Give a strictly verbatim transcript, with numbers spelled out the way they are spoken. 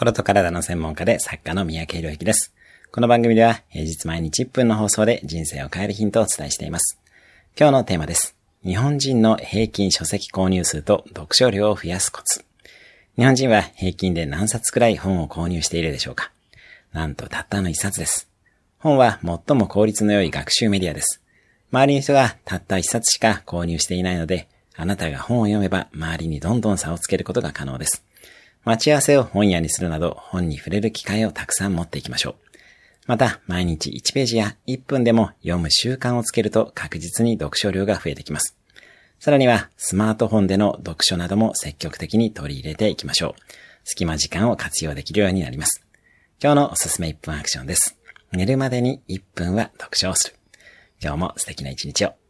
心と体の専門家で作家の三宅宏之です。この番組では平日毎日いっぷんの放送で人生を変えるヒントをお伝えしています。今日のテーマです。日本人の平均書籍購入数と読書量を増やすコツ。日本人は平均で何冊くらい本を購入しているでしょうか？なんとたったのいっさつです。本は最も効率の良い学習メディアです。周りの人がたったいっさつしか購入していないので、あなたが本を読めば周りにどんどん差をつけることが可能です。待ち合わせを本屋にするなど本に触れる機会をたくさん持っていきましょう。また、毎日いちページやいっぷんでも読む習慣をつけると確実に読書量が増えてきます。さらには、スマートフォンでの読書なども積極的に取り入れていきましょう。隙間時間を活用できるようになります。今日のおすすめいっぷんアクションです。寝るまでにいっぷんは読書をする。今日も素敵な一日を。